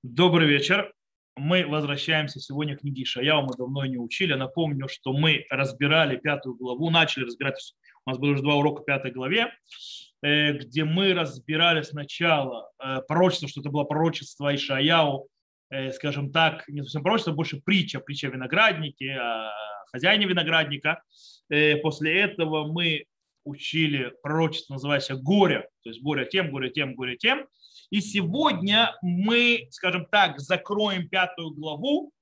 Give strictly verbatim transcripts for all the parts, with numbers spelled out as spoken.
Добрый вечер. Мы возвращаемся сегодня к книге Ишаяу. Мы давно не учили. Напомню, что мы разбирали пятую главу, начали разбирать. У нас было уже два урока в пятой главе, э, где мы разбирали сначала э, пророчество, что это было пророчество Ишаяу, э, скажем так, не совсем пророчество, больше притча, притча о винограднике, о хозяине виноградника. Э, После этого мы учили пророчество, называющееся горе, то есть горе тем, горе тем, горе тем. И сегодня мы, скажем так, закроем пятую главу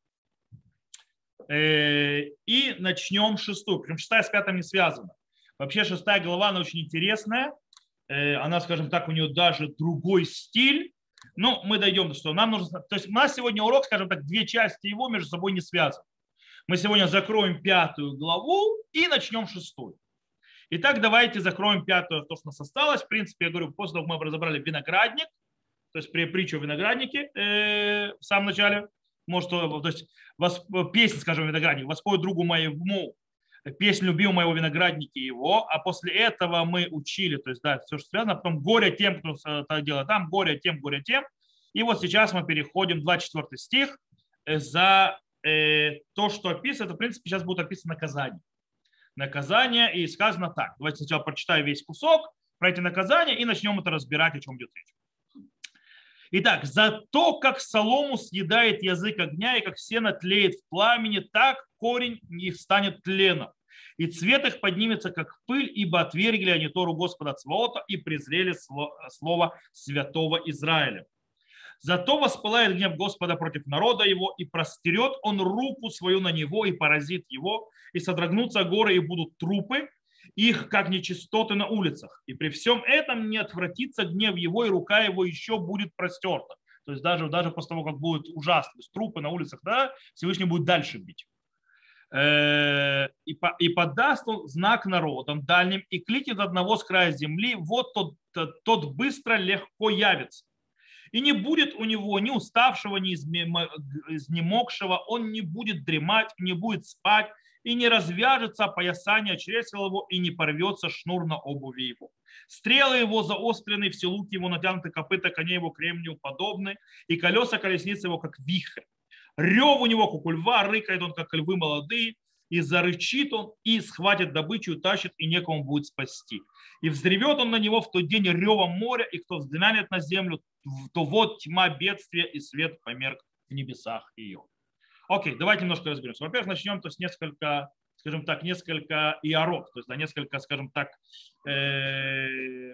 э, и начнем шестую. Причем шестая с пятой не связана. Вообще шестая глава, она очень интересная. Э, она, скажем так, у нее даже другой стиль. Но мы дойдем до что нам нужно. То есть у нас сегодня урок, скажем так, две части его между собой не связаны. Мы сегодня закроем пятую главу и начнем шестую. Итак, давайте закроем пятую, то, что у нас осталось. В принципе, я говорю, после того, как мы разобрали виноградник, то есть при притче о винограднике э, в самом начале, может, то есть восп... песня, скажем, виноградник, воспой другу моему, песню любимого моего виноградника его, а после этого мы учили, то есть, да, все, что связано, потом горе тем, кто это делает там, горе тем, горе тем, и вот сейчас мы переходим в двадцать четвёртый стих э, за э, то, что описано, это, в принципе, сейчас будет описано наказание. Наказание, и сказано так, давайте сначала прочитаю весь кусок про эти наказания и начнем это разбирать, о чем идет речь. Итак, за то, как солому съедает язык огня, и как сено тлеет в пламени, так корень их станет тленом. И цвет их поднимется, как пыль, ибо отвергли они Тору Господа Цваота и презрели слово святого Израиля. Зато воспылает гнев Господа против народа его, и простерет он руку свою на него, и поразит его, и содрогнутся горы, и будут трупы, их как нечистоты на улицах. И при всем этом не отвратится гнев его, и рука его еще будет простерта. То есть даже, даже после того, как будет ужасно, то есть трупы на улицах, да, Всевышний будет дальше бить. И, по, и подаст он знак народам дальним, и кликнет одного с края земли, вот тот, тот быстро, легко явится. И не будет у него ни уставшего, ни изнемогшего, он не будет дремать, не будет спать, и не развяжется опоясание чресел его, и не порвется шнур на обуви его. Стрелы его заострены, все луки его натянуты, копыта коней его кремнию подобны, и колеса колесницы его, как вихрь. Рев у него, как у льва, рыкает он, как львы молодые, и зарычит он, и схватит добычу, утащит, и некому будет спасти. И взревет он на него в тот день ревом моря, и кто взглянет на землю, то вот тьма бедствия, и свет померк в небесах ее. Окей, давайте немножко разберемся. Во-первых, начнем то есть несколько, скажем так, несколько иорок, то есть да, несколько, скажем так, э,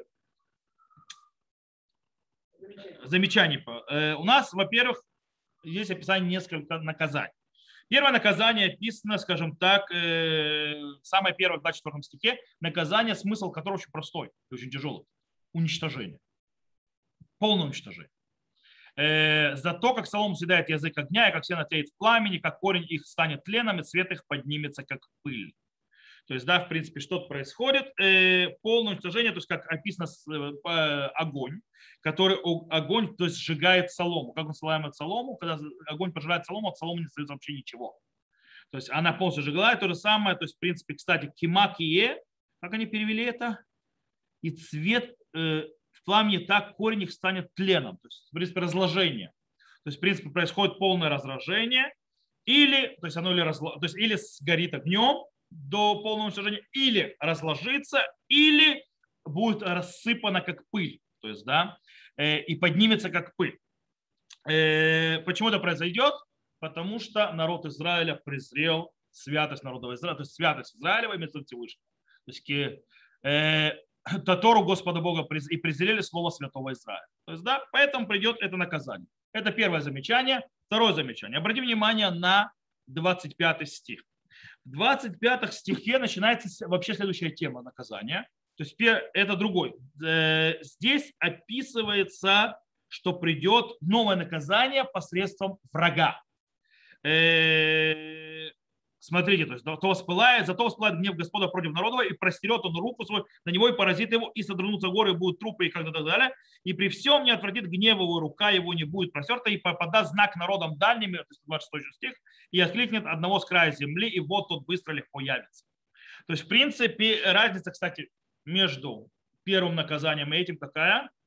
замечаний. Э, у нас, во-первых, есть описание несколько наказаний. Первое наказание описано, скажем так, э, самое первое в двадцать четвёртом стихе, наказание, смысл которого очень простой и очень тяжелый. Уничтожение. Полное уничтожение. За то, как солому съедает язык огня, и как сено тлеет в пламени, как корень их станет тленом, и цвет их поднимется, как пыль. То есть, да, в принципе, что-то происходит. Полное уничтожение, то есть, как описано, огонь, который огонь, то есть, сжигает солому. Как мы славим от солому? Когда огонь пожирает солому, от соломы не остается вообще ничего. То есть, она полностью сжигает. То же самое, то есть, в принципе, кстати, кимакие, как они перевели это? И цвет в пламени, так корень их станет тленом. То есть, в принципе, разложение. То есть, в принципе, происходит полное разложение. Или, то есть, оно или, разло, то есть, или сгорит огнем до полного уничтожения, или разложится, или будет рассыпано как пыль. То есть, да, и поднимется как пыль. Почему это произойдет? Потому что народ Израиля презрел святость народа Израиля, то есть святость Израиля во имя Всевышнего. То есть, Тору Господа Бога и презрели слово святого Израиля. То есть, да, поэтому придет это наказание. Это первое замечание. Второе замечание. Обратите внимание на двадцать пятый стих. В двадцать пятом стихе начинается вообще следующая тема наказания. То есть это другой. Здесь описывается, что придет новое наказание посредством врага. Смотрите, то есть то воспылает, зато воспылает гнев Господа против народа, и простерет он руку свою на него, и поразит его, и содрогнутся горы, и будут трупы, и как-то так далее. И при всем не отвратит гнев его, рука его не будет простерта, и подаст знак народам дальним, то есть двадцать шестой стих, и откликнет одного с края земли, и вот тот быстро легко явится. То есть, в принципе, разница, кстати, между первым наказанием и этим какая?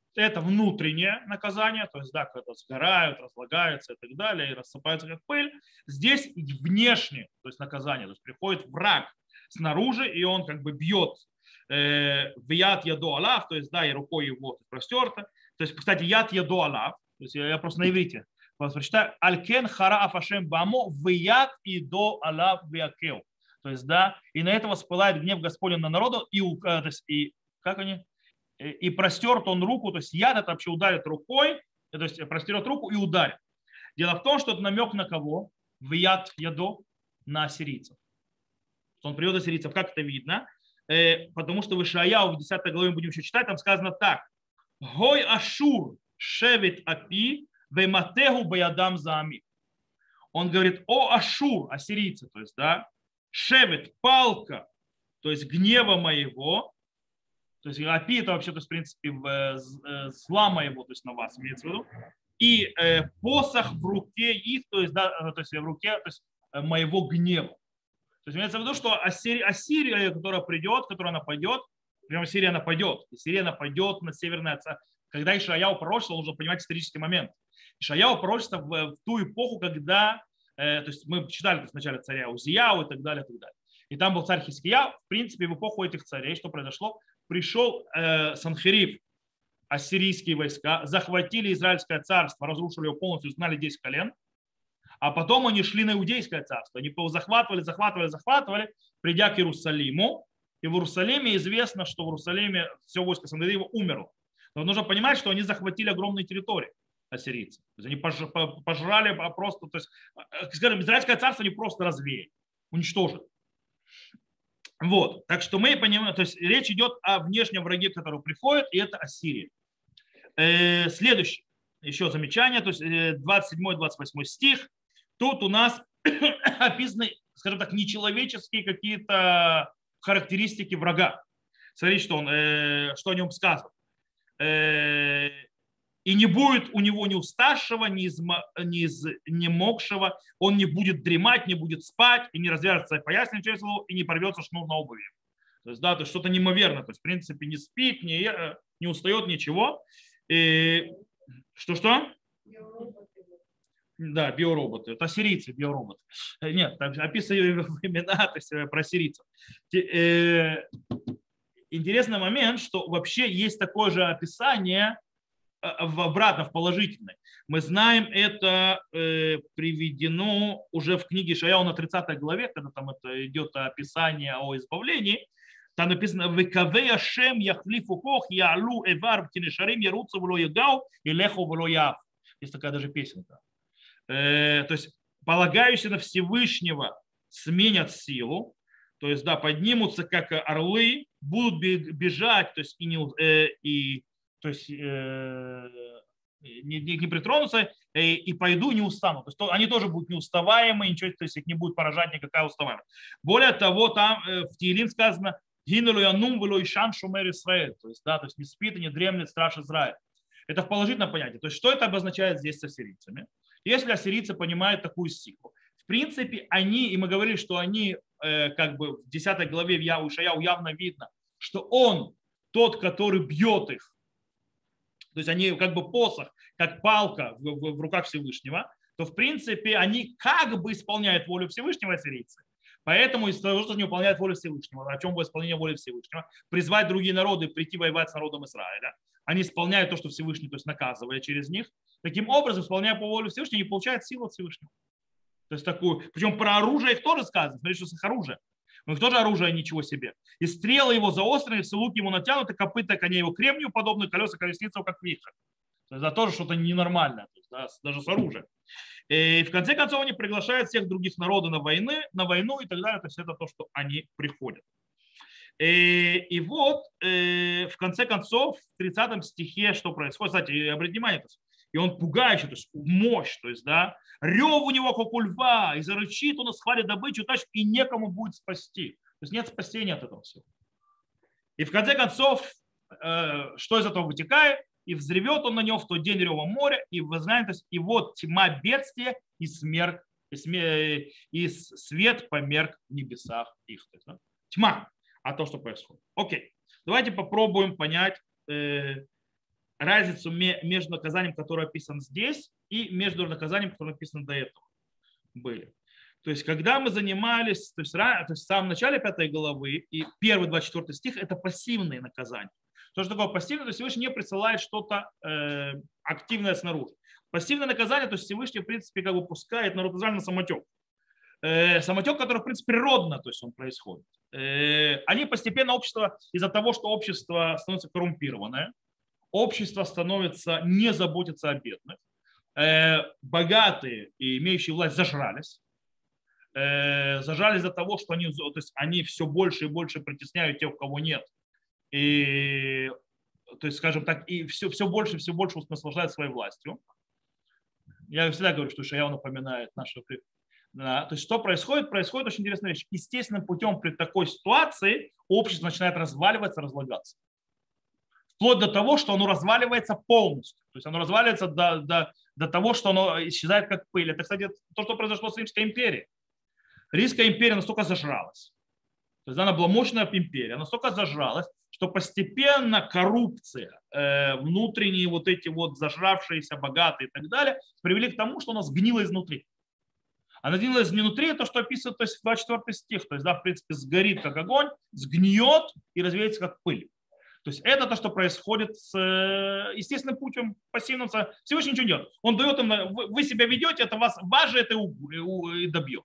это внутреннее наказание, то есть, да, когда сгорают, разлагаются и так далее, и рассыпаются как пыль. Здесь внешнее, то есть наказание, то есть приходит враг снаружи, и он как бы бьет э, в яд яду алав, то есть, да, и рукой его простерто. То есть, кстати, яд яду алав, то есть я, я просто на иврите прочитаю, алькен хара афашем бамо в яд и до алав виакеу. То есть, да, и на это воспылает гнев Господень на народу, и, то есть, и как они? И простерт он руку, то есть яд это вообще ударит рукой, то есть простерет руку и ударит. Дело в том, что это намек на кого? В яд ядо на ассирийцев. Он привел ассирийцев. Как это видно? Потому что в Ишаяу в десятой главе мы будем еще читать, там сказано так. Гой ашур шевит апи вематеху баядам заами. Он говорит, о Ашур, ассирийцы, то есть, да, шевит, палка, то есть гнева моего. То есть апи это вообще, то есть, в принципе, зла моего, то есть на вас имеется в виду. И э, посох в руке их, то есть, да, то есть в руке то есть, моего гнева. То есть имеется в виду, что Ассирия, Ассирия, которая придет, которая нападет, прямо Сирия нападет. И Сирия нападет на северное царство. Когда Ишаяу пророчествовал, нужно понимать исторический момент. Ишаяу пророчествовал в, в ту эпоху, когда, э, то есть мы читали то есть, в начале царя Узияу и так далее, и так далее. И там был царь Хиския. В принципе, в эпоху этих царей, что произошло? Пришел э, Санхериб, ассирийские войска, захватили Израильское царство, разрушили его полностью, знали десять колен, а потом они шли на Иудейское царство. Они захватывали, захватывали, захватывали, придя к Иерусалиму. И в Иерусалиме известно, что в Иерусалиме все войско Санхериба умерло. Но нужно понимать, что они захватили огромные территории, ассирийцы. То есть они пожрали просто, то есть, скажем, Израильское царство они просто развеяли, уничтожили. Вот, так что мы понимаем, то есть речь идет о внешнем враге, который приходит, и это Ассирия. Э, следующее, еще замечание, то есть двадцать седьмой двадцать восьмой стих. Тут у нас описаны, скажем так, нечеловеческие какие-то характеристики врага. Смотрите, что, он, э, что о нем сказано. Э, и не будет у него ни уставшего, ни, изма, ни изнемогшего, он не будет дремать, не будет спать, и не развяжется поясни через его, и не порвется шнур на обуви. То есть, да, то есть что-то неимоверное. То есть, в принципе, не спит, не, не устает, ничего. И, что-что? Да, биороботы. Это ассирийцы, биороботы. Нет, там описываю имена, то есть про ассирийцев. Интересный момент, что вообще есть такое же описание в обратно, в положительной. Мы знаем, это э, приведено уже в книге Ишаяу на тридцатой главе, когда там это идет описание о избавлении. Там написано «Векавей Ашем яхлифу кох яалу эвар птинешарим яруцу вло ягау и леху вло яв». Есть такая даже песенка. Э, то есть полагающиеся на Всевышнего сменят силу, то есть да, поднимутся как орлы, будут бежать, то есть и, не, э, и то есть э, не, не, не притронутся э, и пойду не устану. То есть то, они тоже будут неуставаемые, ничего, то есть их не будет поражать никакая уставаемость. Более того, там э, в Тиилим сказано «Гинулу янум вело ишан шумер Исраэль», то есть, да, то есть не спит и не дремлет страж Израиля. Это в положительном понятии. То есть что это обозначает здесь с ассирийцами? Если ассирийцы понимают такую силу, в принципе, они, и мы говорили, что они э, как бы в десятой главе в Ишаяу явно видно, что он тот, который бьет их. То есть они как бы посох, как палка в, в, в руках Всевышнего, то в принципе они как бы исполняют волю Всевышнего ассирийцы. Поэтому из-за того, что они выполняют волю Всевышнего, о чем было исполнение воли Всевышнего, призвать другие народы прийти воевать с народом Израиля, они исполняют то, что Всевышний, то есть наказывая через них. Таким образом, исполняя по воле Всевышнего, они получают силу от Всевышнего. То есть такую, причем про оружие их тоже сказано, смотрите, что с их оружием. У них тоже оружие ничего себе. И стрелы его заостренные, все луки ему натянуты, копыта коней его кремнию подобные, колеса колесницы как вихрь. То есть это тоже что-то ненормальное, то есть, да, даже с оружием. И в конце концов они приглашают всех других народов на, войны, на войну и так далее. То есть это то, что они приходят. И, и вот в конце концов в тридцатом стихе что происходит? Кстати, обратите внимание, и он пугающий, то есть мощь, то есть, да, рев у него, как у льва, и зарычит, он схватит добычу, тащит, и некому будет спасти. То есть нет спасения от этого всего. И в конце концов, э, что из этого вытекает? И взревет он на него в тот день рева моря, и вы знаете, то есть, и вот тьма бедствия, и смерть, и, смер... и свет померк в небесах их. То есть, да? Тьма, а то, что происходит. Окей, давайте попробуем понять, э, разницу между наказанием, которое описано здесь, и между наказанием, которое написано до этого. Были. То есть, когда мы занимались, то есть, то есть в самом начале пятой главы и первый двадцать четвёртый стих, это пассивные наказания. То, что такое пассивное, то есть Всевышний не присылает что-то э, активное снаружи. Пассивное наказание, то есть Всевышний, в принципе, как бы пускает народ Израиля на самотек. Э, самотек, который, в принципе, природно, то есть он происходит. Э, они постепенно, общество, из-за того, что общество становится коррумпированное, общество становится, не заботиться о бедных, э, богатые и имеющие власть зажрались, э, зажрались из-за того, что они, то есть они все больше и больше притесняют тех, у кого нет, и, то есть, скажем так, и все, все больше и все больше наслаждают своей властью. Я всегда говорю, что Ишаяу напоминает нашу. Да, то есть, что происходит? Происходит очень интересная вещь. Естественным путем при такой ситуации общество начинает разваливаться, разлагаться. Вплоть до того, что оно разваливается полностью. То есть оно разваливается до, до, до того, что оно исчезает как пыль. Это, кстати, то, что произошло с Римской империей. Римская империя настолько зажралась. То есть она была мощная империя, настолько зажралась, что постепенно коррупция, э, внутренние вот эти вот зажравшиеся, богатые и так далее, привели к тому, что она сгнила изнутри. Она сгнила изнутри, то, что описывает, то есть двадцать четвёртый стих, то есть, да, в принципе, сгорит как огонь, сгниет и развеется как пыль. То есть это то, что происходит с естественным путем пассивным. Всевышний ничего не делает. Он дает им, вы себя ведете, это вас, вас же это и добьет.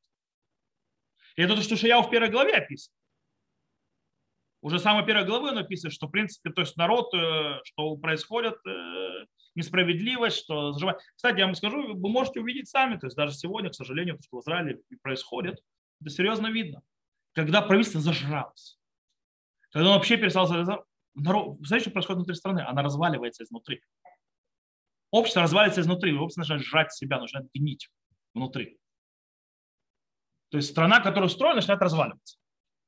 И это то, что Ишаяу в первой главе описано. Уже с самой первой главы он описывает, что в принципе, то есть народ, что происходит несправедливость, что заживает. Кстати, я вам скажу, вы можете увидеть сами, то есть даже сегодня, к сожалению, то, что в Израиле происходит, это серьезно видно. Когда правительство зажралось, когда он вообще перестал залезать, народ, знаете, что происходит внутри страны? Она разваливается изнутри. Общество разваливается изнутри, общество начинает жрать себя, начинает гнить внутри. То есть страна, которая устроена, начинает разваливаться.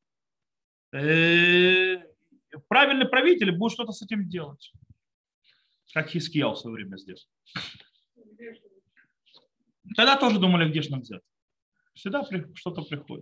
Правильный правитель будет что-то с этим делать. Как Хискияу в свое время здесь. Тогда тоже думали, где же нам взять. Всегда что-то приходит.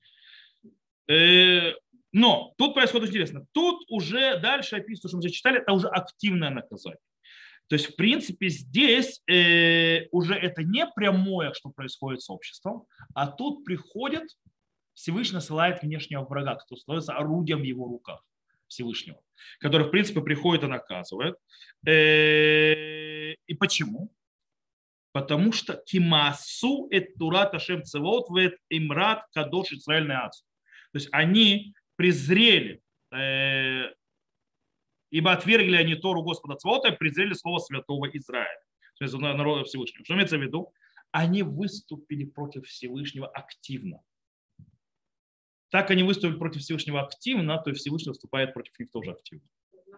Но тут происходит интересно. Тут уже дальше описано, что мы читали, это уже активное наказание. То есть, в принципе, здесь э, уже это не прямое, что происходит с обществом, а тут приходит, Всевышний ссылает внешнего врага, кто становится орудием в его руках Всевышнего, который, в принципе, приходит и наказывает. Э, и почему? Потому что кимасу эт турат ашем цевот вет имрат кадош Исраэль неацу. То есть они презрели, э, ибо отвергли они Тору Господа Цваота и презрели слово святого Израиля, то есть народа Всевышнего. Что имеется в виду? Они выступили против Всевышнего активно. Так они выступили против Всевышнего активно, то есть Всевышний выступает против них тоже активно.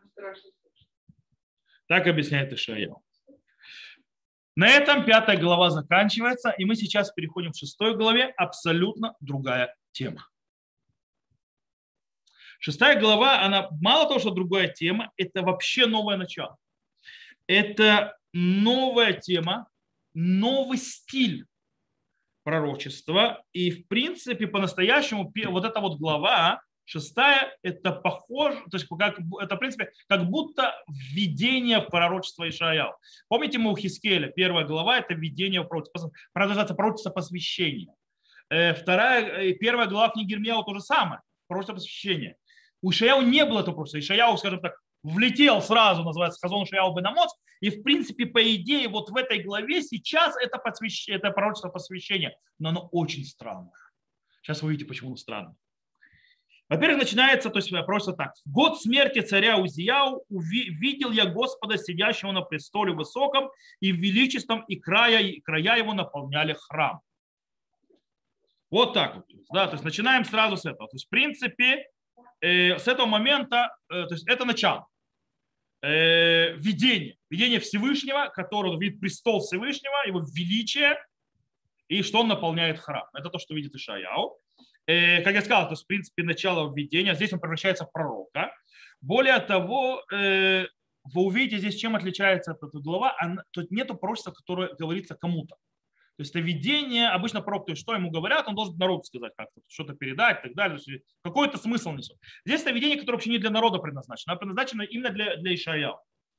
Так объясняет Ишаяу. На этом пятая глава заканчивается, и мы сейчас переходим к шестой главе, абсолютно другая тема. Шестая глава, она мало того, что другая тема, это вообще новое начало. Это новая тема, новый стиль пророчества. И, в принципе, по-настоящему вот эта вот глава, шестая, это похоже, то есть как, это, в принципе, как будто введение в пророчество Ишаяу. Помните, мы у Хискеля, первая глава, это введение в пророчество, продолжается пророчество посвящения. Вторая, первая глава книги Ирмияу то же самое, пророчество посвящения. У Ишаяу не было этого просто. Ишаяу, скажем так, влетел сразу, называется Хазон Ишаяу бен Амоц. И, в принципе, по идее, вот в этой главе сейчас это, посвящ... это пророчество посвящения. Но оно очень странное. Сейчас вы увидите, почему оно странное. Во-первых, начинается, то есть пророчество так. В год смерти царя Узияу увидел я Господа, сидящего на престоле высоком, и в величеством, и края, и края его наполняли храм. Вот так вот. Да, то есть начинаем сразу с этого. То есть, в принципе, с этого момента, то есть это начало, видение, видение Всевышнего, который видит престол Всевышнего, его величие, и что он наполняет храм. Это то, что видит Ишаяу. Как я сказал, то есть, в принципе, начало видения, здесь он превращается в пророка. Более того, вы увидите здесь, чем отличается эта глава, тут нету пророчества, которое говорится кому-то. То есть это видение, обычно пророк, то есть что ему говорят, он должен народу сказать как-то, что-то передать и так далее. Какой-то смысл несет. Здесь это видение, которое вообще не для народа предназначено, а предназначено именно для, для Ишаяу.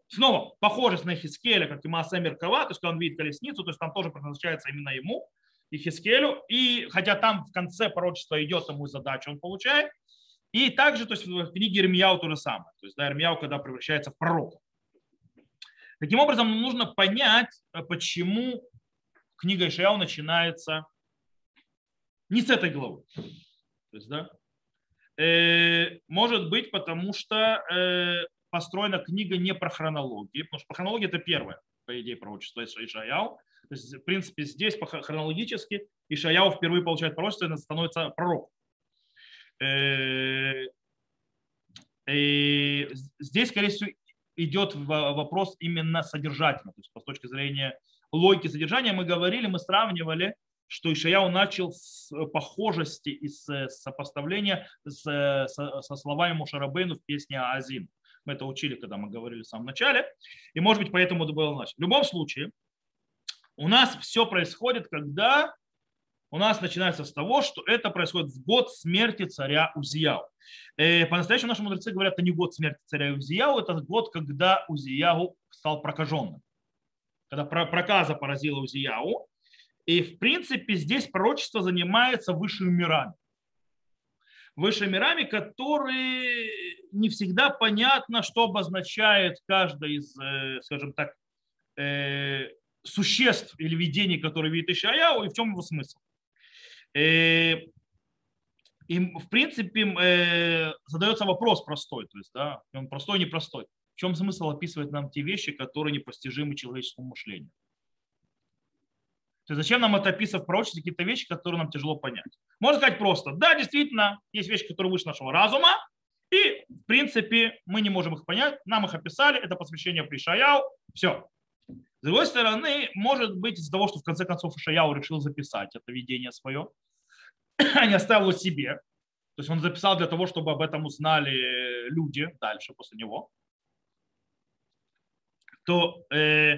Снова похожесть на Хискеля, как и Маасе Меркава, то есть когда он видит колесницу, то есть там тоже предназначается именно ему и Хискелю. И хотя там в конце пророчества идет ему задача, он получает. И также, то есть в книге Ирмияу то же самое. То есть да, Ирмияу, когда превращается в пророка. Таким образом, нам нужно понять, почему книга Ишаяу начинается не с этой главы. То есть, да, э, может быть, потому что э, построена книга не про хронологию, потому что по хронологии это первое, по идее, пророчество Ишаяу. То есть, в принципе, здесь хронологически Ишаяу впервые получает пророчество и становится пророком. Э, э, здесь, скорее всего, идет вопрос именно содержательно. То есть, с точки зрения логики содержания мы говорили, мы сравнивали, что Ишаяу начал с похожести и с сопоставления с, со, со словами Моше Рабейну в песне Аазин. Мы это учили, когда мы говорили в самом начале. И, может быть, поэтому это было начато. В любом случае, у нас все происходит, когда у нас начинается с того, что это происходит в год смерти царя Узияу. По-настоящему наши мудрецы говорят, это не год смерти царя Узияу, это год, когда Узияу стал прокаженным. Когда проказа поразила Узияу. И, в принципе, здесь пророчество занимается высшими мирами. Высшими мирами, которые не всегда понятно, что обозначает каждое из, скажем так, существ или видений, которые видит Ишаяу, и в чем его смысл. И, в принципе, задается вопрос простой, то есть, да, он простой, непростой. В чем смысл описывать нам те вещи, которые непостижимы человеческому мышлению? То есть зачем нам это описывать в пророчестве, какие-то вещи, которые нам тяжело понять? Можно сказать просто, да, действительно, есть вещи, которые выше нашего разума, и, в принципе, мы не можем их понять, нам их описали, это посвящение при Ишаяу, все. С другой стороны, может быть, из-за того, что в конце концов Ишаяу решил записать это видение свое, а не оставил его себе, то есть он записал для того, чтобы об этом узнали люди дальше после него, то... Э,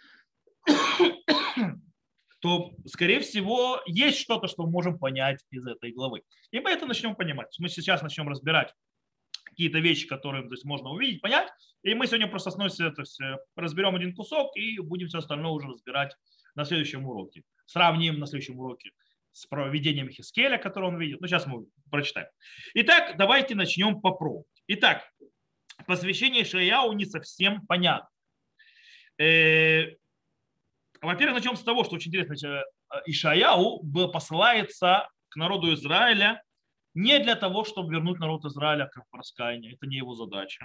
то, скорее всего, есть что-то, что мы можем понять из этой главы. И мы это начнем понимать. Мы сейчас начнем разбирать какие-то вещи, которые, то есть, можно увидеть, понять. И мы сегодня просто сносим, то есть, разберем один кусок и будем все остальное уже разбирать на следующем уроке. Сравним на следующем уроке с проведением Хискеля, который он видит. Ну, сейчас мы прочитаем. Итак, давайте начнем попробовать. Итак, посвящение Ишаяу не совсем понятно. Во-первых, начнем с того, что очень интересно, Ишаяу посылается к народу Израиля не для того, чтобы вернуть народ Израиля как в раскаяние. Это не его задача.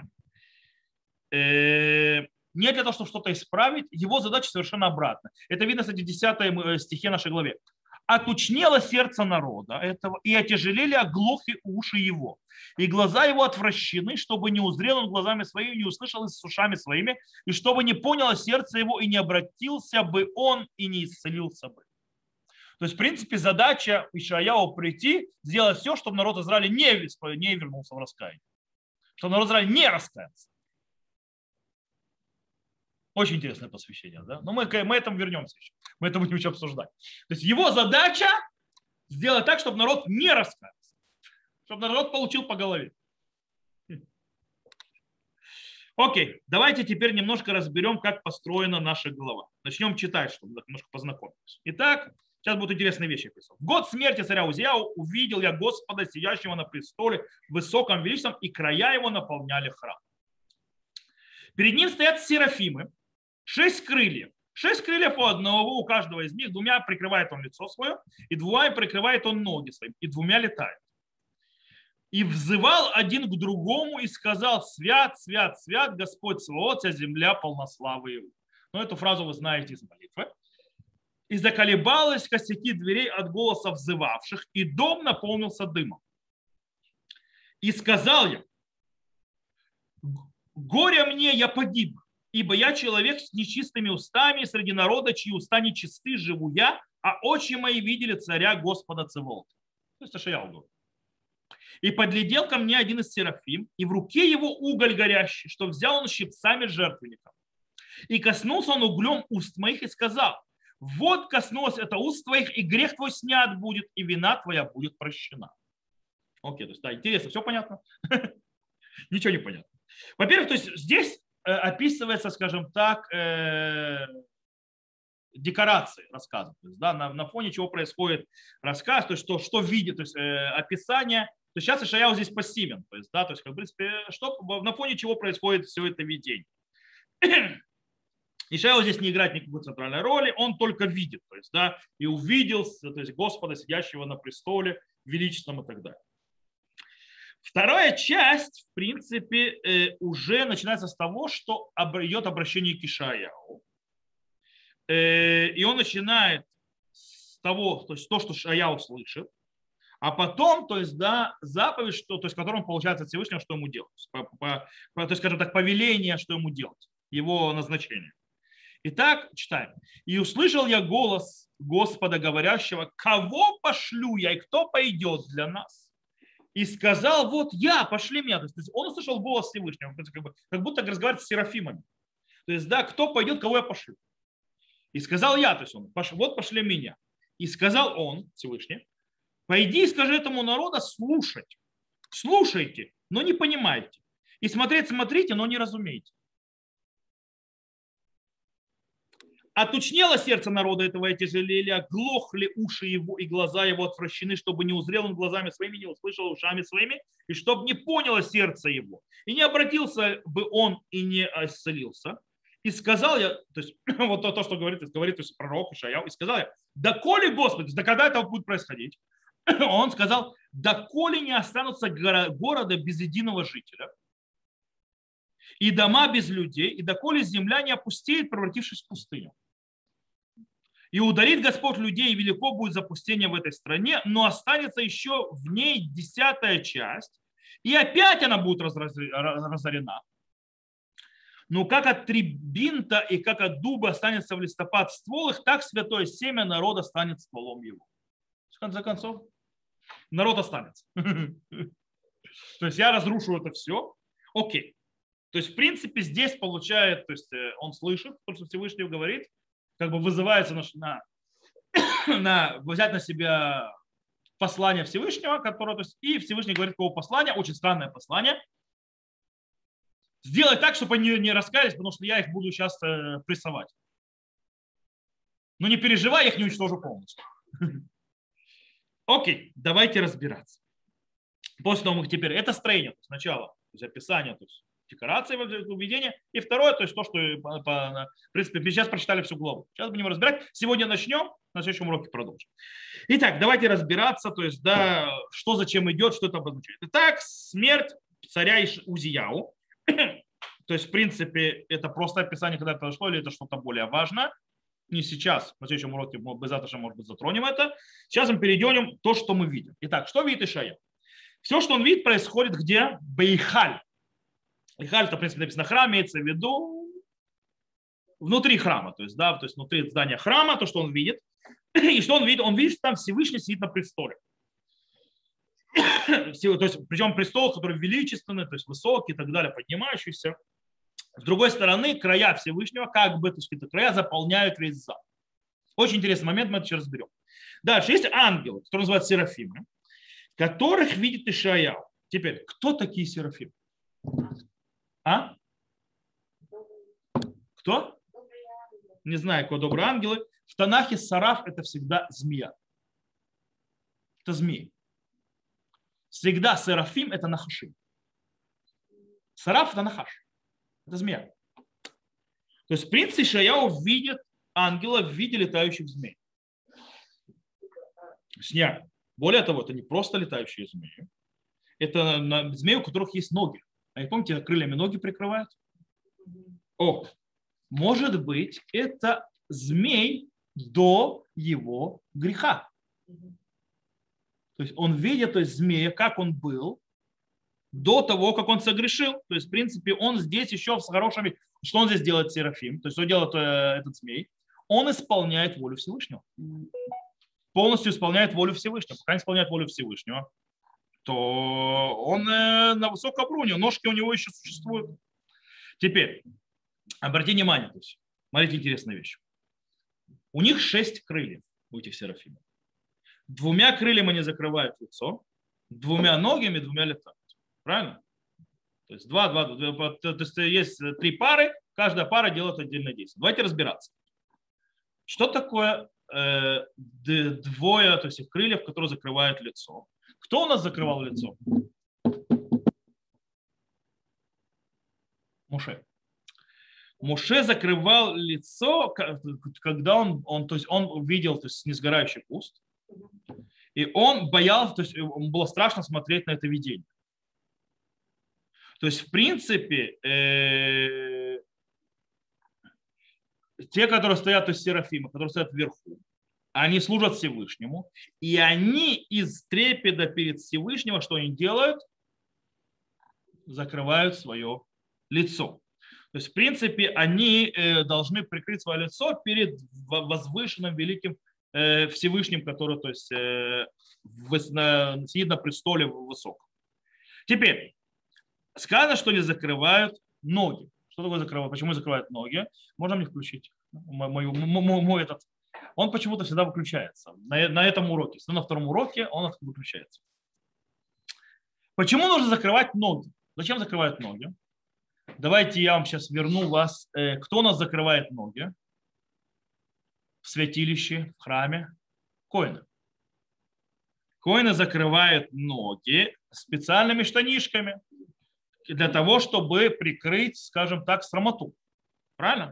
Не для того, чтобы что-то исправить. Его задача совершенно обратная. Это видно, кстати, в десятой стихе нашей главе. «Отучнело сердце народа этого, и отяжелели оглохи уши его, и глаза его отвращены, чтобы не узрел он глазами своими, не услышал с ушами своими, и чтобы не поняло сердце его, и не обратился бы он, и не исцелился бы». То есть, в принципе, задача Ишаяу прийти, сделать все, чтобы народ Израиля не, не вернулся в раскаяние, чтобы народ Израиля не раскаялся. Очень интересное посвящение, да? Но мы к этому вернемся еще. Мы это будем еще обсуждать. То есть его задача сделать так, чтобы народ не раскаялся, чтобы народ получил по голове. Окей, давайте теперь немножко разберем, как построена наша голова. Начнем читать, чтобы немножко познакомиться. Итак, сейчас будут интересные вещи описаны. В год смерти царя Узияу увидел я Господа, сидящего на престоле в высоком величестве, и края его наполняли храм. Перед ним стоят серафимы, шесть крыльев. Шесть крыльев у одного, у каждого из них. Двумя прикрывает он лицо свое, и двумя прикрывает он ноги свои, и двумя летает. И взывал один к другому и сказал: свят, свят, свят, Господь Саваоф, вся земля полна славы его. Ну, эту фразу вы знаете из молитвы. И заколебалось косяки дверей от голоса взывавших, и дом наполнился дымом. И сказал я: горе мне, я погиб, ибо я человек с нечистыми устами, среди народа, чьи уста нечисты, живу я, а очи мои видели царя Господа Цеваота. То есть Ишаяу говорит. И подлетел ко мне один из серафим, и в руке его уголь горящий, что взял он щипцами жертвенника. И коснулся он углем уст моих и сказал: вот коснулось это уст твоих, и грех твой снят будет, и вина твоя будет прощена. Окей, то есть, да, интересно, все понятно? Ничего не понятно. Во-первых, то есть здесь описывается, скажем так, декорации рассказа, то есть, да, на, на фоне чего происходит рассказ, то есть что, что видит, то есть э, описание. То есть сейчас Ишаяу здесь пассивен, то есть, да, то есть, как, в принципе, что, на фоне чего происходит все это видение. Ишаяу здесь не играет никакой центральной роли, он только видит, то есть, да, и увидел, то есть, Господа, сидящего на престоле, величеством и так далее. Вторая часть, в принципе, э, уже начинается с того, что идет обращение к Ишаяу. И он начинает с того, то есть то, что Ишаяу слышит, а потом, то есть, да, заповедь, что, то есть, которым получается от Всевышнего, что ему делать. По, по, по, то есть, скажем так, повеление, что ему делать, его назначение. Итак, читаем. «И услышал я голос Господа, говорящего, кого пошлю я и кто пойдет для нас? И сказал, вот я, пошли меня». То есть, он услышал голос Всевышнего, как, бы, как будто разговаривает с серафимами. То есть, да, кто пойдет, кого я пошлю. И сказал я, то есть он, вот пошли меня. И сказал он, Всевышний, пойди и скажи этому народу слушать. Слушайте, но не понимайте. И смотреть смотрите, но не разумейте. Отучнело сердце народа этого и тяжелели, оглохли уши его и глаза его отвращены, чтобы не узрел он глазами своими, не услышал ушами своими, и чтобы не поняло сердце его. И не обратился бы он и не исцелился. И сказал я, то есть вот то, то что говорит, говорит то есть пророк Ишаяу, и сказал я, доколе, Господи, да когда это будет происходить? Он сказал, доколе не останутся города без единого жителя, и дома без людей, и доколе земля не опустеет, превратившись в пустыню. И ударит Господь людей, и велико будет запустение в этой стране, но останется еще в ней десятая часть, и опять она будет разорена. Но как от трибинта и как от дуба останется в листопад ствол их, так святое семя народа станет стволом его. В конце концов, народ останется. То есть я разрушу это все. Окей. То есть, в принципе, здесь получает, то есть он слышит то, что Всевышний говорит, как бы вызывается на, на, на взять на себя послание Всевышнего, которое, то есть, и Всевышний говорит какого послания, очень странное послание. Сделай так, чтобы они не раскаялись, потому что я их буду сейчас э, прессовать. Но не переживай, я их не уничтожу полностью. Окей, давайте разбираться. После того, мы теперь, это строение, то есть начало, то есть описание, то есть декорации введения. И второе, то есть то, что, по, по, в принципе, сейчас прочитали всю главу. Сейчас будем разбирать. Сегодня начнем, на следующем уроке продолжим. Итак, давайте разбираться, то есть, да, что зачем идет, что это обозначает. Итак, смерть царя Узияу. То есть, в принципе, это просто описание, когда это произошло, или это что-то более важное. Не сейчас, на следующем уроке мы завтра, может быть, затронем это. Сейчас мы перейдем к то, что мы видим. Итак, что видит Ишаяу? Все, что он видит, происходит где? Бейхаль. Бейхаль, это, в принципе, написано храм, имеется в виду внутри храма, то есть, да, то есть внутри здания храма, то, что он видит. И что он видит? Он видит, что там Всевышний сидит на престоле. То есть, причем престол, который величественный, то есть высокий и так далее, поднимающийся. С другой стороны, края Всевышнего, как бы, то есть, края заполняют весь зал. Очень интересный момент, мы это сейчас разберем. Дальше есть ангелы, которые называются серафимы, которых видит Ишаяу. Теперь, кто такие серафимы? А? Кто? Не знаю, кто добрые ангелы. В Танахе сараф это всегда змея. Это змеи. Всегда серафим это нахашим. Сараф это нахаш. Это змея. То есть, в принципе, Ишаяу видит ангела в виде летающих змей. Нет. Более того, это не просто летающие змеи. Это змеи, у которых есть ноги. А не помните, крыльями ноги прикрывают? О, может быть, это змей до его греха. То есть он видит, то есть змея, как он был до того, как он согрешил. То есть, в принципе, он здесь еще с хорошими... Что он здесь делает, Серафим? То есть, что делает э, этот змей? Он исполняет волю Всевышнего. Полностью исполняет волю Всевышнего. Пока не исполняет волю Всевышнего, то он э, на высоком уровне, ножки у него еще существуют. Теперь, обратите внимание, то есть, смотрите, интересная вещь. У них шесть крыльев, у этих серафимов. Двумя крыльями они закрывают лицо, двумя ногами, двумя летают. Правильно? То есть два, два, два, то есть есть три пары, каждая пара делает отдельное действие. Давайте разбираться. Что такое э, двое, то есть крыльев, которые закрывают лицо? Кто у нас закрывал лицо? Моше. Моше закрывал лицо, когда он, он, то есть он видел, то есть несгорающий куст, и он боялся, то есть ему было страшно смотреть на это видение. То есть, в принципе, э, те, которые стоят, то есть серафимы, которые стоят вверху, они служат Всевышнему, и они из трепета перед Всевышним, что они делают? Закрывают свое лицо. То есть, в принципе, они должны прикрыть свое лицо перед возвышенным великим Всевышним, который, то есть, сидит на престоле высоком. Теперь, сказано, что они закрывают ноги. Что такое закрывают? Почему закрывают ноги? Можно мне включить мой, мой, мой этот? Он почему-то всегда выключается. На, на этом уроке. На втором уроке он выключается. Почему нужно закрывать ноги? Зачем закрывают ноги? Давайте я вам сейчас верну вас. Кто у нас закрывает ноги в святилище, в храме? Коины. Коины закрывают ноги специальными штанишками для того, чтобы прикрыть, скажем так, срамоту. Правильно?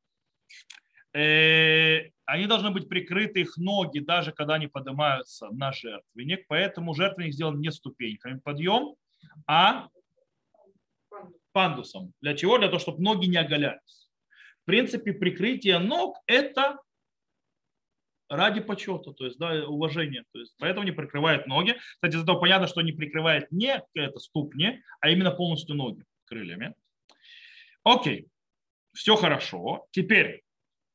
Они должны быть прикрыты, их ноги, даже когда они поднимаются на жертвенник. Поэтому жертвенник сделан не ступеньками подъем, а пандусом. Для чего? Для того, чтобы ноги не оголялись. В принципе, прикрытие ног – это ради почета, то есть да, уважения. То есть, поэтому не прикрывают ноги. Кстати, из этого понятно, что не прикрывает не это ступни, а именно полностью ноги крыльями. Окей, все хорошо. Теперь,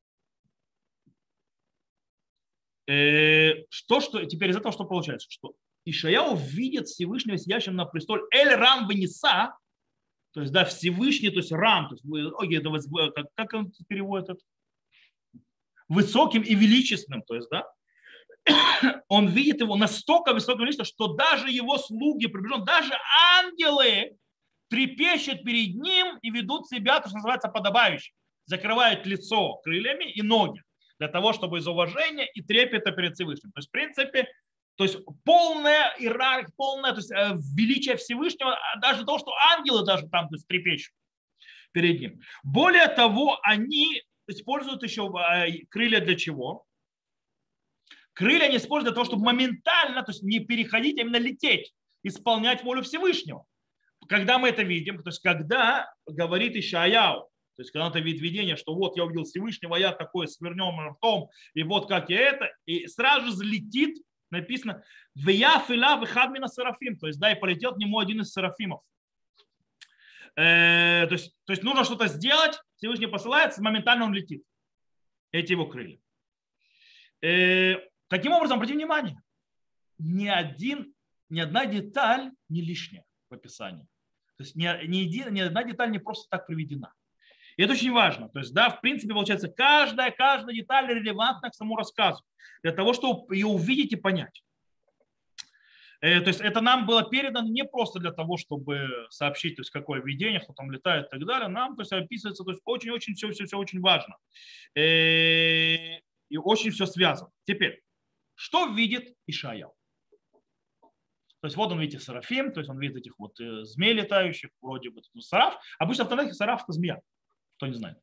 э, что, что, теперь из этого что получается? Что Ишаяу видит Всевышнего сидящим на престоле Эль Рам Вениса, то есть да, Всевышний, то есть Рам, то есть, окей, это, как, как он переводит это? Высоким и величественным, то есть, да, он видит его настолько высоким величеством, что даже его слуги, приближен, даже ангелы трепещут перед ним и ведут себя, то, что называется, подобающе, закрывают лицо крыльями и ноги для того, чтобы из уважения и трепета перед Всевышним. То есть, в принципе, то есть полная иерархия, полное то есть, величие Всевышнего, даже то, что ангелы даже там то есть, трепещут перед ним. Более того, они используют еще крылья для чего? Крылья они используют для того, чтобы моментально, то есть не переходить, а именно лететь, исполнять волю Всевышнего. Когда мы это видим, то есть когда говорит Ишаяу, то есть когда он видит видение, что вот я увидел Всевышнего, я такой с вернем ртом, и вот как я это, и сразу же взлетит, написано, «Вея фила вехадмина серафим», то есть да, и полетел к нему один из серафимов. Э, то, есть, то есть нужно что-то сделать, Всевышний посылает, моментально он летит. Эти его крылья. Э, таким образом, обратите внимание, ни, один, ни одна деталь не лишняя в описании. То есть ни, ни, един, ни одна деталь не просто так приведена. И это очень важно. То есть, да, в принципе, получается, каждая, каждая деталь релевантна к самому рассказу. Для того, чтобы ее увидеть и понять. Э, то есть это нам было передано не просто для того, чтобы сообщить, то есть какое видение, кто там летает и так далее. Нам то есть, описывается, то есть очень-очень все, все, все очень важно. Э, и очень все связано. Теперь, что видит Ишаяу? То есть вот он видит серафим, то есть он видит этих вот змей летающих, вроде бы сараф. Обычно в Танахе сараф – это змея. Кто не знает.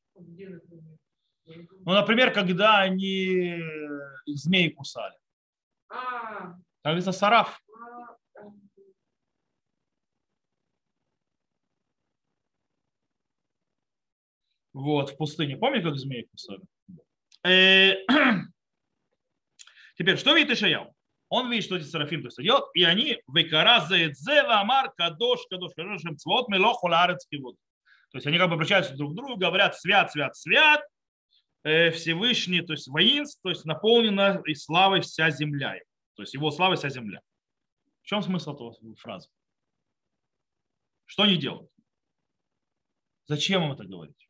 Ну, например, когда они их змеи кусали. Как говорится, сараф. Вот, в пустыне. Помните, как змеи кусали? Теперь, что видит Ишаяу? Он видит, что эти серафим то есть делают, и они векара заэдзева амар кадош кадош кадош цвот мелох уларец кивод. То есть они как бы обращаются друг к другу, говорят свят, свят, свят, Всевышний, то есть воинств, то есть наполнена и славой вся земля. То есть его слава вся земля. В чем смысл этого фразы? Что они делают? Зачем им это говорить?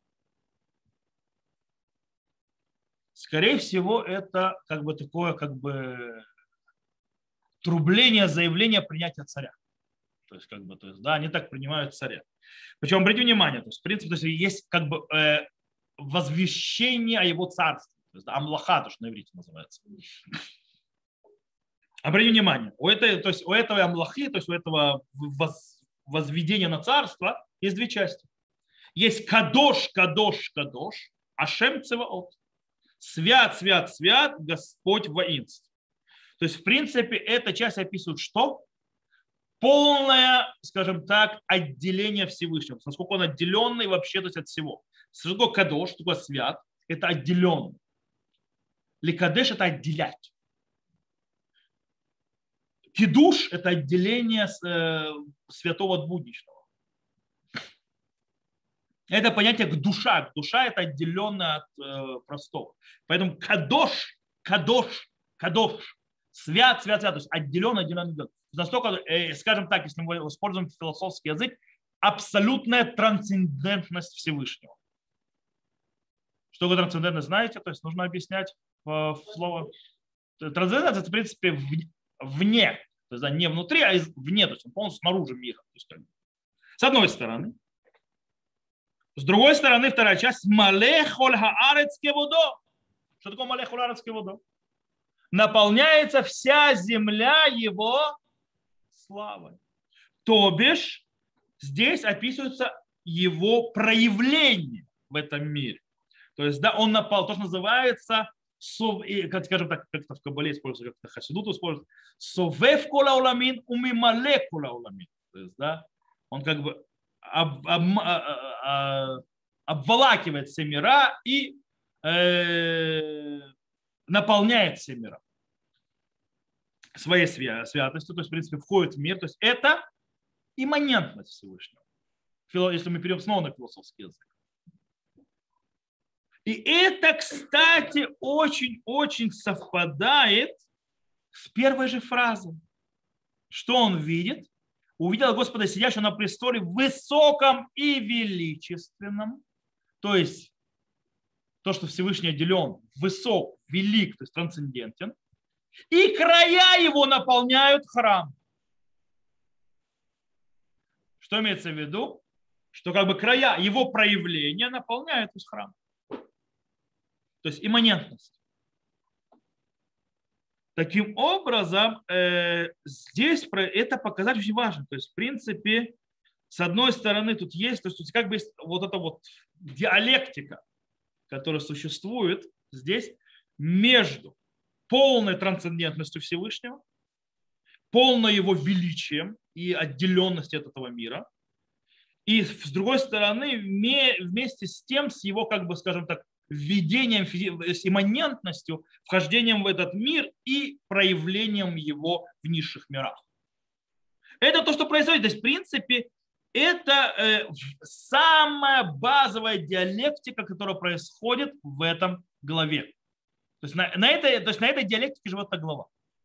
Скорее всего, это как бы такое как бы трубление, заявление принятия царя. То есть, как бы, то есть, да, они так принимают царя. Причем, обратите внимание, то есть, в принципе, то есть, есть как бы э, возвещение о его царстве. То есть, да, амлаха, то, что на иврите называется. Обратите внимание, у, этой, то есть, у этого амлахи, то есть у этого воз, возведения на царство есть две части. Есть кадош, кадош, кадош, ашем цеваот. Свят, свят, свят, Господь воинств. То есть, в принципе, эта часть описывает что? Полное, скажем так, отделение Всевышнего. Насколько он отделенный вообще то есть, от всего. Что такое кадош, что такое свят? Это отделенный. Ликадеш – это отделять. Кидуш – это отделение святого от будничного. Это понятие к душа. Душа – это отделенное от э, простого. Поэтому кадош, кадош, кадош. Свят, свят, свят. То есть отделенный, отделенный, отделенный. Настолько, э, скажем так, если мы используем философский язык, абсолютная трансцендентность Всевышнего. Что такое трансцендентность, знаете? То есть нужно объяснять в, в слово. Трансцендентность – это, в принципе, вне. То есть да, не внутри, а вне. То есть он полностью снаружи мира. То есть, как бы. С одной стороны. С другой стороны, вторая часть. Малехоль хаарец кеводо. Что такое малехоль хаарец кеводо? Наполняется вся земля его славой. То бишь, здесь описывается его проявление в этом мире. То есть, да, он напал, то, что называется, как, скажем так, как-то в Кабале используется, как-то хасидут использует, совев кола уламин умимале кола уламин. То есть, да, он как бы об, об, об, обволакивает все мира и э, наполняет все мира своей святостью, то есть, в принципе, входит в мир. То есть, это имманентность Всевышнего, если мы перейдем снова на философский язык. И это, кстати, очень-очень совпадает с первой же фразой. Что он видит? Увидел Господа, сидящего на престоле, высоком и величественном. То есть, то, что Всевышний отделен, высок, велик, то есть трансцендентен. И края его наполняют храм. Что имеется в виду? Что как бы края его проявления наполняют весь храм. То есть имманентность. Таким образом, э, здесь про это показать очень важно. То есть, в принципе, с одной стороны, тут есть, то есть как бы есть вот эта вот диалектика, которая существует здесь между полной трансцендентностью Всевышнего, полной его величием и отделенностью от этого мира. И с другой стороны, вместе с тем, с его, как бы, скажем так, введением, с имманентностью, вхождением в этот мир и проявлением его в низших мирах. Это то, что происходит. То есть, в принципе, это э, самая базовая диалектика, которая происходит в этом главе. То есть на, на, этой, то есть на этой диалектике живет эта глава.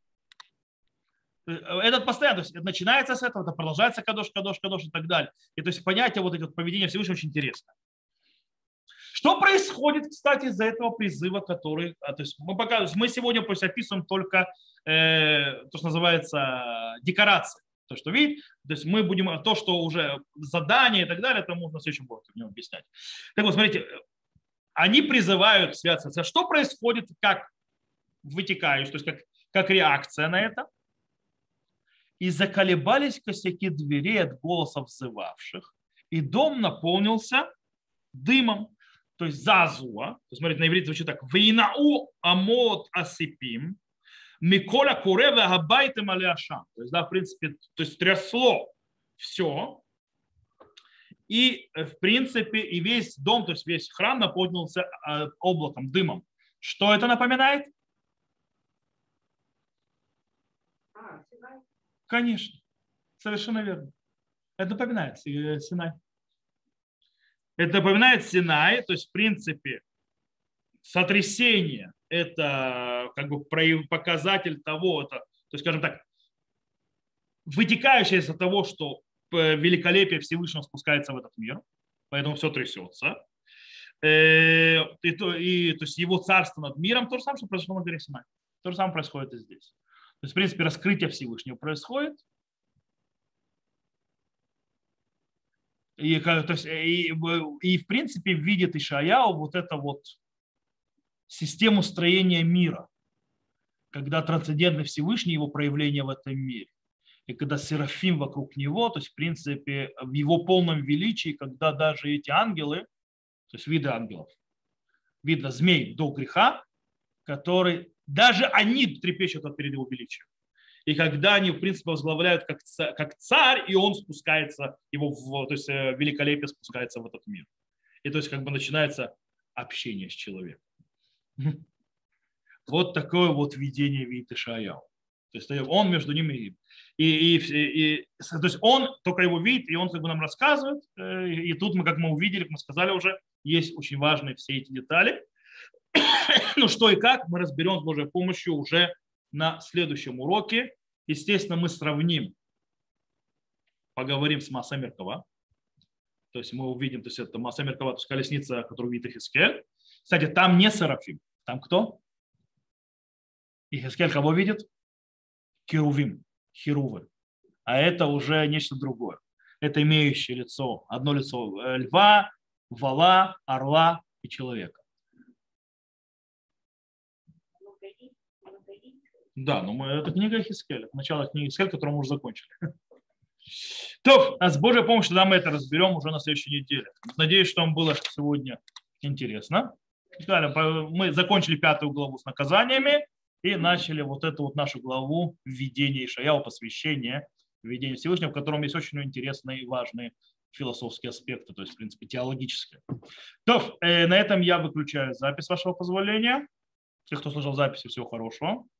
Этот постоянно, то есть это начинается с этого, это продолжается кадош, кадош, кадош и так далее. И то есть понятие вот этих поведения Всевышнего очень интересно. Что происходит, кстати, из-за этого призыва, который, то есть мы, пока, мы сегодня то есть, описываем только э, то, что называется декорации. То, что видит, то есть мы будем, то, что уже задание и так далее, это можно в следующем уроке в нем объяснять. Так вот, смотрите, они призывают связаться. Что происходит, как вытекающий, то есть как, как реакция на это? И заколебались косяки дверей от голосов взывавших, и дом наполнился дымом, то есть зазуа. То есть, смотрите, на иврите звучит так: «Вейнау амот асипим, миколя куреве габайтем аляшам». То есть, да, в принципе, то есть трясло все. И, в принципе, и весь дом, то есть весь храм наполнился облаком, дымом. Что это напоминает? А, Синай. Конечно, совершенно верно. Это напоминает Синай. Это напоминает Синай, то есть, в принципе, сотрясение – это как бы показатель того, это, то есть, скажем так, вытекающее из того, что великолепие Всевышнего спускается в этот мир, поэтому все трясется. И, то, и то есть его царство над миром, то же самое, что произошло на горе Синай. То же самое происходит и здесь. То есть, в принципе, раскрытие Всевышнего происходит. И, то есть, и, и в принципе видит Ишаяу вот это вот систему строения мира, когда трансцендентный Всевышний, его проявление в этом мире. И когда серафим вокруг него, то есть в принципе в его полном величии, когда даже эти ангелы, то есть виды ангелов, видно змей до греха, которые даже они трепещут перед его величием. И когда они, в принципе, возглавляют как царь, как царь, и он спускается, его в, то есть великолепие спускается в этот мир. И то есть как бы начинается общение с человеком. Вот такое вот видение видит Ишаяу. То есть он между ними и, и, и, и то есть он только его видит, и он как бы нам рассказывает. И тут мы, как мы увидели, как мы сказали уже, есть очень важные все эти детали. Ну что и как, мы разберем с Божьей помощью уже на следующем уроке. Естественно, мы сравним, поговорим с Мааса Меркава. То есть мы увидим, то есть это Мааса Меркава, то есть колесница, которую видит Ихискель. Кстати, там не Серафим. Там кто? Ихискель кого видит? Керувим, херувы. А это уже нечто другое. Это имеющее лицо, одно лицо льва, вала, орла и человека. Да, но мы, это книга Ихискеля. Это начало книги Ихискеля, которую мы уже закончили. То, а с Божьей помощью тогда мы это разберем уже на следующей неделе. Надеюсь, что вам было сегодня интересно. Мы закончили пятую главу с наказаниями и начали вот эту вот нашу главу введения Ишаяу, посвящения введения Всевышнего, в котором есть очень интересные и важные философские аспекты, то есть, в принципе, теологические. То, э, на этом я выключаю запись, вашего позволения. Те, кто слушал записи, всего хорошего.